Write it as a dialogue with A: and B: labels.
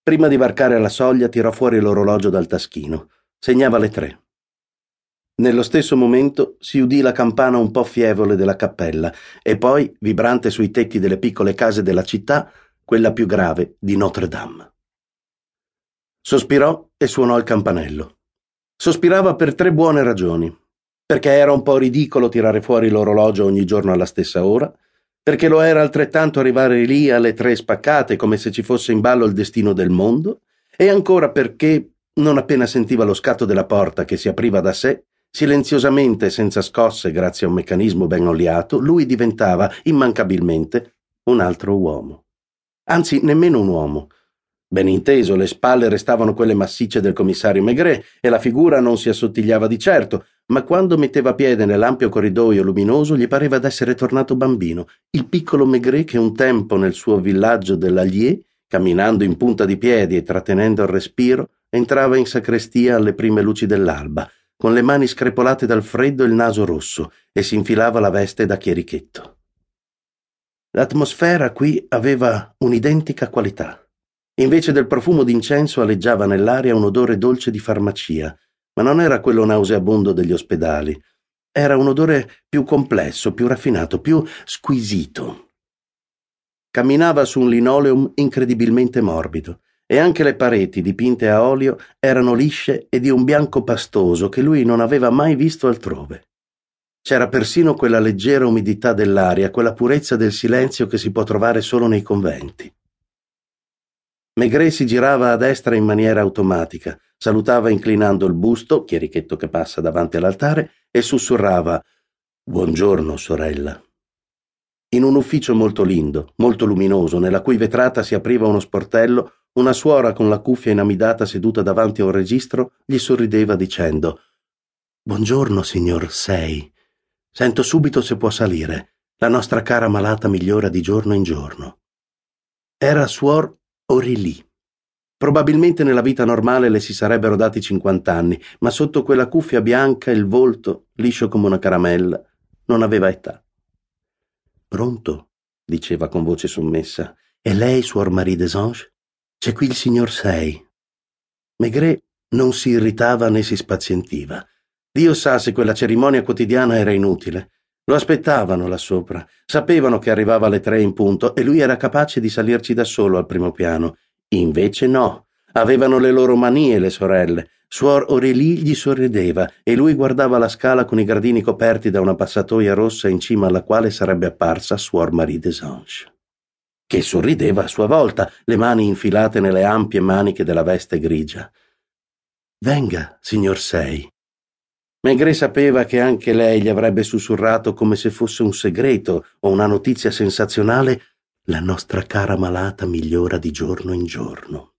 A: Prima di varcare la soglia tirò fuori l'orologio dal taschino. Segnava le 3. Nello stesso momento si udì la campana un po' fievole della cappella e poi, vibrante sui tetti delle piccole case della città, quella più grave di Notre Dame. Sospirò e suonò il campanello. Sospirava per 3 buone ragioni. Perché era un po' ridicolo tirare fuori l'orologio ogni giorno alla stessa ora, perché lo era altrettanto arrivare lì alle 3 spaccate come se ci fosse in ballo il destino del mondo, e ancora perché, non appena sentiva lo scatto della porta che si apriva da sé, silenziosamente e senza scosse grazie a un meccanismo ben oliato, lui diventava, immancabilmente, un altro uomo. Anzi, nemmeno un uomo. Ben inteso, le spalle restavano quelle massicce del commissario Maigret e la figura non si assottigliava di certo, ma quando metteva piede nell'ampio corridoio luminoso gli pareva d'essere tornato bambino, il piccolo Maigret che un tempo nel suo villaggio dell'Allier, camminando in punta di piedi e trattenendo il respiro, entrava in sacrestia alle prime luci dell'alba, con le mani screpolate dal freddo e il naso rosso, e si infilava la veste da chierichetto. L'atmosfera qui aveva un'identica qualità. Invece del profumo d'incenso aleggiava nell'aria un odore dolce di farmacia, ma non era quello nauseabondo degli ospedali. Era un odore più complesso, più raffinato, più squisito. Camminava su un linoleum incredibilmente morbido, e anche le pareti dipinte a olio erano lisce e di un bianco pastoso che lui non aveva mai visto altrove. C'era persino quella leggera umidità dell'aria, quella purezza del silenzio che si può trovare solo nei conventi. Maigret si girava a destra in maniera automatica, salutava inclinando il busto, chierichetto che passa davanti all'altare, e sussurrava «Buongiorno, sorella». In un ufficio molto lindo, molto luminoso, nella cui vetrata si apriva uno sportello, una suora con la cuffia inamidata seduta davanti a un registro gli sorrideva dicendo «Buongiorno, signor Sei. Sento subito se può salire. La nostra cara malata migliora di giorno in giorno». Era suor Aurélie. Probabilmente nella vita normale le si sarebbero dati 50 anni, ma sotto quella cuffia bianca il volto, liscio come una caramella, non aveva età. «Pronto?» diceva con voce sommessa. «È lei, suor Marie des Anges? C'è qui il signor Sei». Maigret non si irritava né si spazientiva. Dio sa se quella cerimonia quotidiana era inutile. Lo aspettavano là sopra, sapevano che arrivava alle 3 in punto e lui era capace di salirci da solo al primo piano. Invece no, avevano le loro manie le sorelle. Suor Aurélie gli sorrideva e lui guardava la scala con i gradini coperti da una passatoia rossa in cima alla quale sarebbe apparsa suor Marie des Anges, che sorrideva a sua volta, le mani infilate nelle ampie maniche della veste grigia. «Venga, signor Sei». Maigret sapeva che anche lei gli avrebbe sussurrato come se fosse un segreto o una notizia sensazionale: «La nostra cara malata migliora di giorno in giorno».